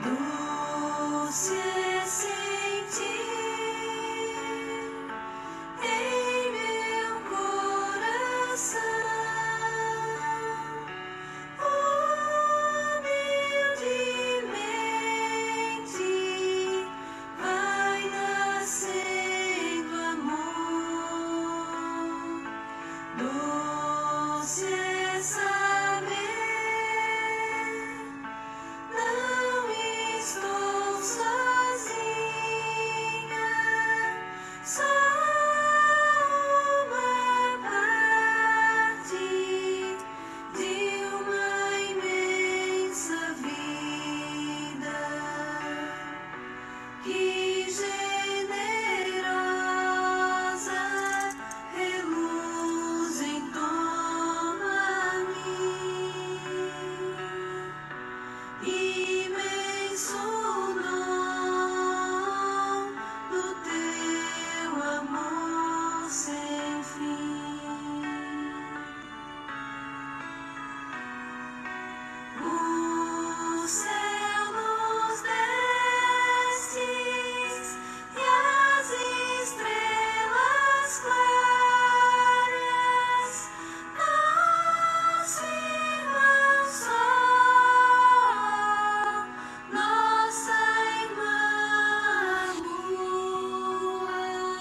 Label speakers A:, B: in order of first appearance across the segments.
A: Doce é sentir em meu coração humildemente vai nascendo amor. Doce é saber, não estou sozinha, só uma parte de uma imensa vida. Que generosa reluz em torno a mim. Imenso dom do teu amor sem fim. O céu nos destes e as estrelas claras, nosso irmão sol, nossa irmã lua,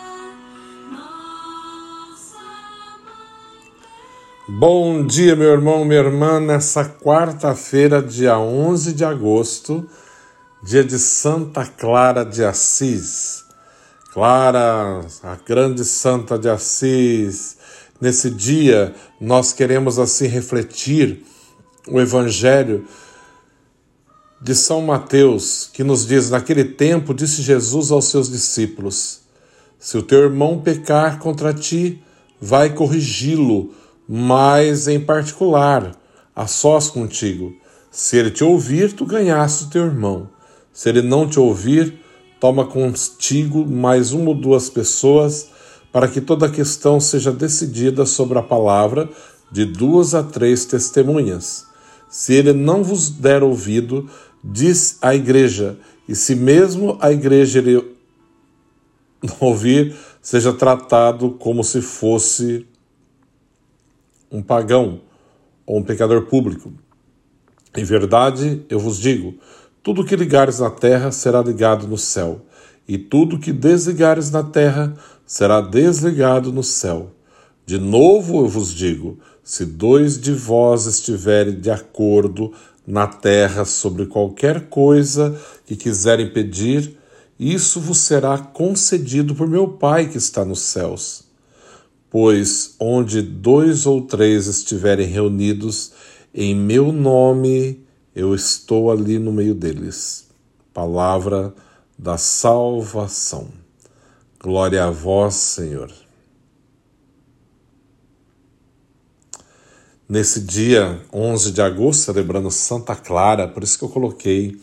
A: nossa mãe.
B: Bom dia, meu irmão, minha irmã, nessa quarta-feira, dia 11 de agosto, dia de Santa Clara de Assis. Clara, a grande Santa de Assis. Nesse dia, nós queremos assim refletir o Evangelho de São Mateus, que nos diz: naquele tempo disse Jesus aos seus discípulos: se o teu irmão pecar contra ti, vai corrigi-lo, mas em particular, a sós contigo. Se ele te ouvir, tu ganhaste o teu irmão. Se ele não te ouvir, toma contigo mais uma ou duas pessoas, para que toda a questão seja decidida sobre a palavra de 2 a 3 testemunhas. Se ele não vos der ouvido, diz à igreja, e se mesmo a igreja ele não ouvir, seja tratado como se fosse um pagão ou um pecador público. Em verdade, eu vos digo, tudo que ligares na terra será ligado no céu, e tudo que desligares na terra será desligado no céu. De novo eu vos digo, se 2 de vós estiverem de acordo na terra sobre qualquer coisa que quiserem pedir, isso vos será concedido por meu Pai que está nos céus. Pois onde 2 ou 3 estiverem reunidos em meu nome, eu estou ali no meio deles. Palavra da salvação. Glória a vós, Senhor. Nesse dia 11 de agosto, celebrando Santa Clara, por isso que eu coloquei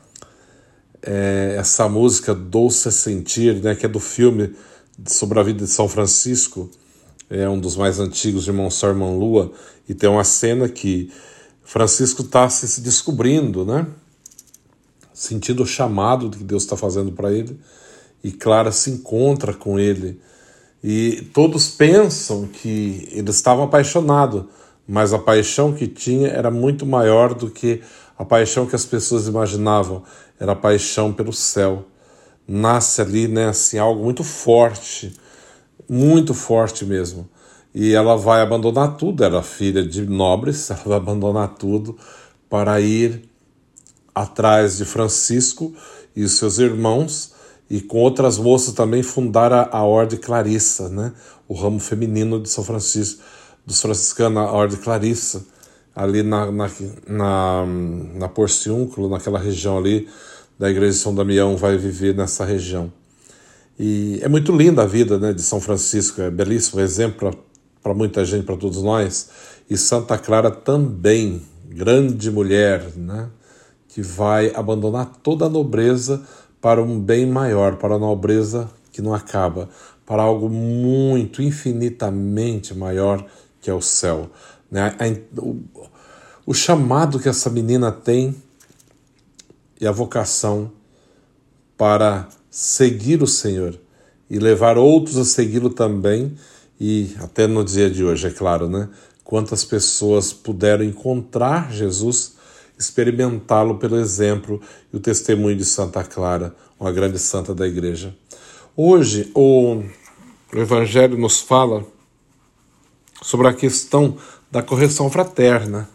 B: essa música Doce é Sentir, né, que é do filme sobre a vida de São Francisco. É um dos mais antigos de Irmão Sol, Irmã Lua, e tem uma cena que Francisco está se descobrindo, né? Sentindo o chamado que Deus está fazendo para ele, e Clara se encontra com ele, e todos pensam que eles estavam apaixonados, mas a paixão que tinha era muito maior do que a paixão que as pessoas imaginavam, era a paixão pelo céu. Nasce ali, né, assim, algo muito forte mesmo. E ela vai abandonar tudo, era filha de nobres, ela vai abandonar tudo para ir atrás de Francisco e os seus irmãos, e com outras moças também fundar a Ordem Clarissa, né? O ramo feminino de São Francisco, dos franciscanos, a Ordem Clarissa, ali na Porciúnculo, naquela região ali da Igreja de São Damião, vai viver nessa região. E é muito linda a vida, né, de São Francisco, é belíssimo exemplo para muita gente, para todos nós. E Santa Clara também, grande mulher, né, que vai abandonar toda a nobreza para um bem maior, para a nobreza que não acaba, para algo muito, infinitamente maior, que é o céu. Né? O chamado que essa menina tem, e a vocação para seguir o Senhor e levar outros a segui-lo também, e até no dia de hoje, é claro, né? Quantas pessoas puderam encontrar Jesus, experimentá-lo pelo exemplo e o testemunho de Santa Clara, uma grande santa da igreja. Hoje, o Evangelho nos fala sobre a questão da correção fraterna.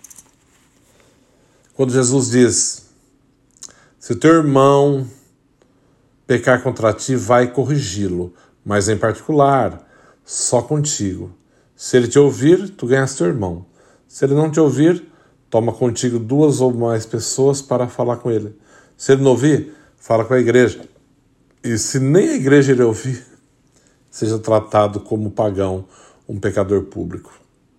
B: Quando Jesus diz: se teu irmão pecar contra ti, vai corrigi-lo, mas em particular, só contigo. Se ele te ouvir, tu ganhas teu irmão. Se ele não te ouvir, toma contigo 2 ou mais pessoas para falar com ele. Se ele não ouvir, fala com a igreja. E se nem a igreja ele ouvir, seja tratado como pagão, um pecador público.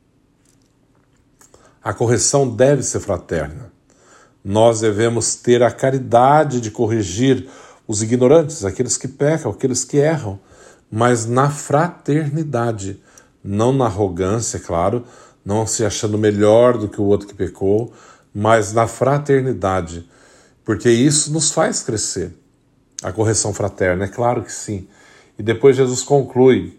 B: A correção deve ser fraterna. Nós devemos ter a caridade de corrigir os ignorantes, aqueles que pecam, aqueles que erram, mas na fraternidade, não na arrogância, claro, não se achando melhor do que o outro que pecou, mas na fraternidade, porque isso nos faz crescer. A correção fraterna, é claro que sim. E depois Jesus conclui: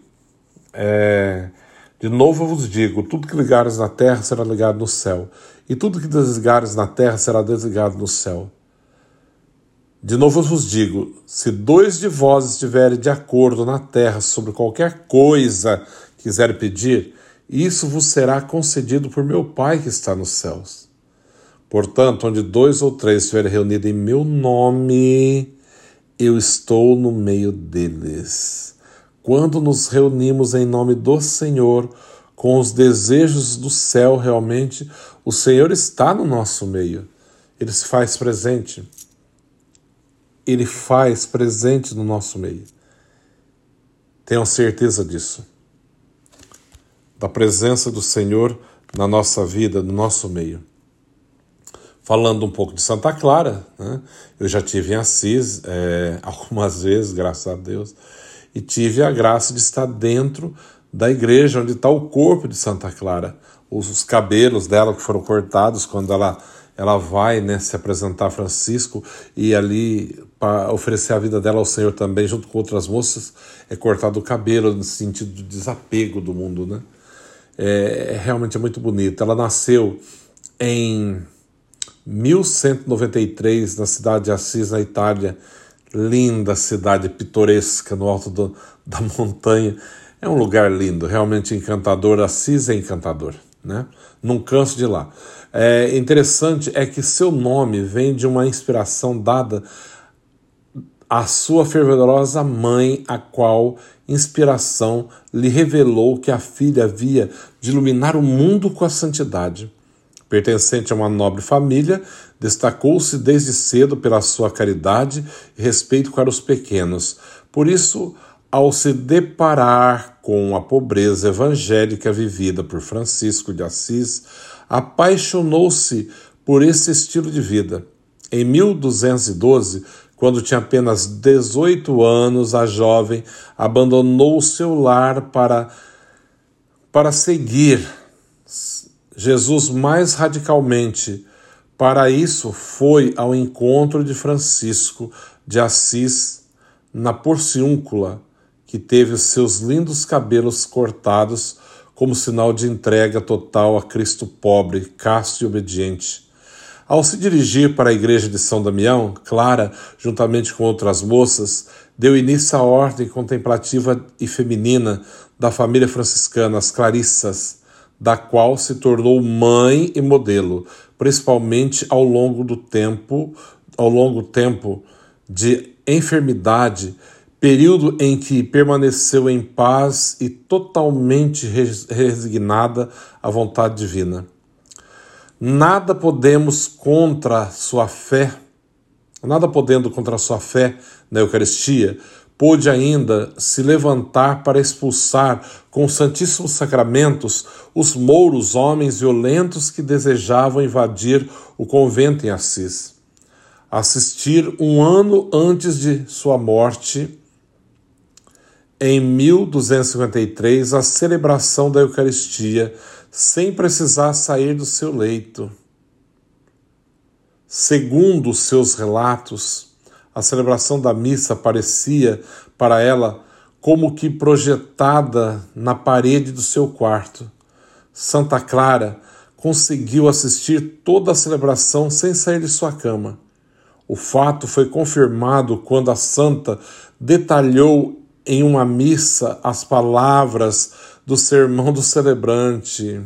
B: de novo eu vos digo, tudo que ligares na terra será ligado no céu, e tudo que desligares na terra será desligado no céu. De novo eu vos digo, se 2 de vós estiverem de acordo na terra sobre qualquer coisa que quiserem pedir, isso vos será concedido por meu Pai que está nos céus. Portanto, onde 2 ou 3 estiverem reunidos em meu nome, eu estou no meio deles. Quando nos reunimos em nome do Senhor, com os desejos do céu, realmente, o Senhor está no nosso meio. Ele se faz presente. Ele faz presente no nosso meio. Tenham certeza disso. Da presença do Senhor na nossa vida, no nosso meio. Falando um pouco de Santa Clara, né? Eu já tive em Assis algumas vezes, graças a Deus, e tive a graça de estar dentro da igreja onde está o corpo de Santa Clara. Os cabelos dela que foram cortados quando ela vai, né, se apresentar a Francisco, e ali para oferecer a vida dela ao Senhor também, junto com outras moças, é cortado o cabelo no sentido de desapego do mundo, né? Realmente é muito bonito. Ela nasceu em 1193 na cidade de Assis, na Itália. Linda cidade pitoresca no alto da montanha. É um lugar lindo, realmente encantador. Assis é encantador, né? Não canso de ir lá. Interessante é que seu nome vem de uma inspiração dada à sua fervorosa mãe, a qual inspiração lhe revelou que a filha havia de iluminar o mundo com a santidade. Pertencente a uma nobre família, destacou-se desde cedo pela sua caridade e respeito para os pequenos. Por isso, ao se deparar com a pobreza evangélica vivida por Francisco de Assis, apaixonou-se por esse estilo de vida. Em 1212, quando tinha apenas 18 anos, a jovem abandonou o seu lar para seguir Jesus mais radicalmente. Para isso, foi ao encontro de Francisco de Assis na Porciúncula, que teve os seus lindos cabelos cortados como sinal de entrega total a Cristo pobre, casto e obediente. Ao se dirigir para a igreja de São Damião, Clara, juntamente com outras moças, deu início à ordem contemplativa e feminina da família franciscana, as Clarissas, da qual se tornou mãe e modelo, principalmente ao longo tempo de enfermidade, período em que permaneceu em paz e totalmente resignada à vontade divina. Nada podendo contra sua fé na Eucaristia, pôde ainda se levantar para expulsar com os santíssimos sacramentos os mouros, homens violentos que desejavam invadir o convento em Assis. Assistir um ano antes de sua morte, em 1253, à celebração da Eucaristia, sem precisar sair do seu leito. Segundo os seus relatos, a celebração da missa parecia para ela como que projetada na parede do seu quarto. Santa Clara conseguiu assistir toda a celebração sem sair de sua cama. O fato foi confirmado quando a santa detalhou em uma missa as palavras do sermão do celebrante.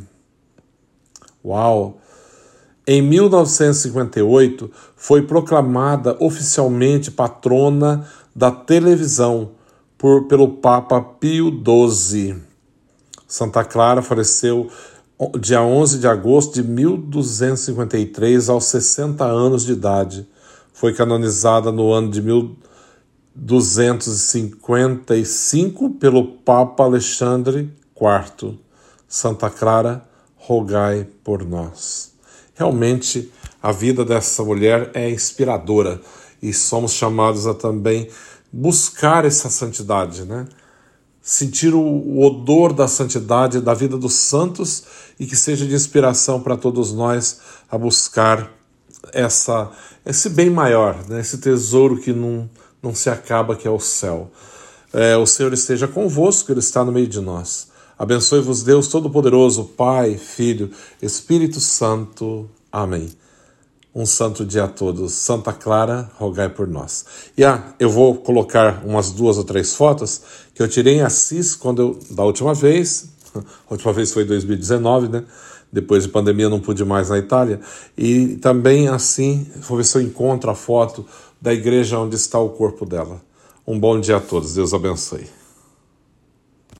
B: Uau! Em 1958, foi proclamada oficialmente patrona da televisão pelo Papa Pio XII. Santa Clara faleceu dia 11 de agosto de 1253, aos 60 anos de idade. Foi canonizada no ano de 1255 pelo Papa Alexandre IV. Santa Clara, rogai por nós. Realmente, a vida dessa mulher é inspiradora e somos chamados a também buscar essa santidade, né? Sentir o odor da santidade da vida dos santos e que seja de inspiração para todos nós a buscar esse bem maior, né? Esse tesouro que não se acaba, que é o céu. O Senhor esteja convosco, Ele está no meio de nós. Abençoe-vos Deus Todo-Poderoso, Pai, Filho, Espírito Santo. Amém. Um santo dia a todos. Santa Clara, rogai por nós. E eu vou colocar umas 2 ou 3 fotos que eu tirei em Assis da última vez. A última vez foi em 2019, né? Depois de pandemia não pude mais na Itália. E também assim, vou ver se eu encontro a foto da igreja onde está o corpo dela. Um bom dia a todos. Deus abençoe.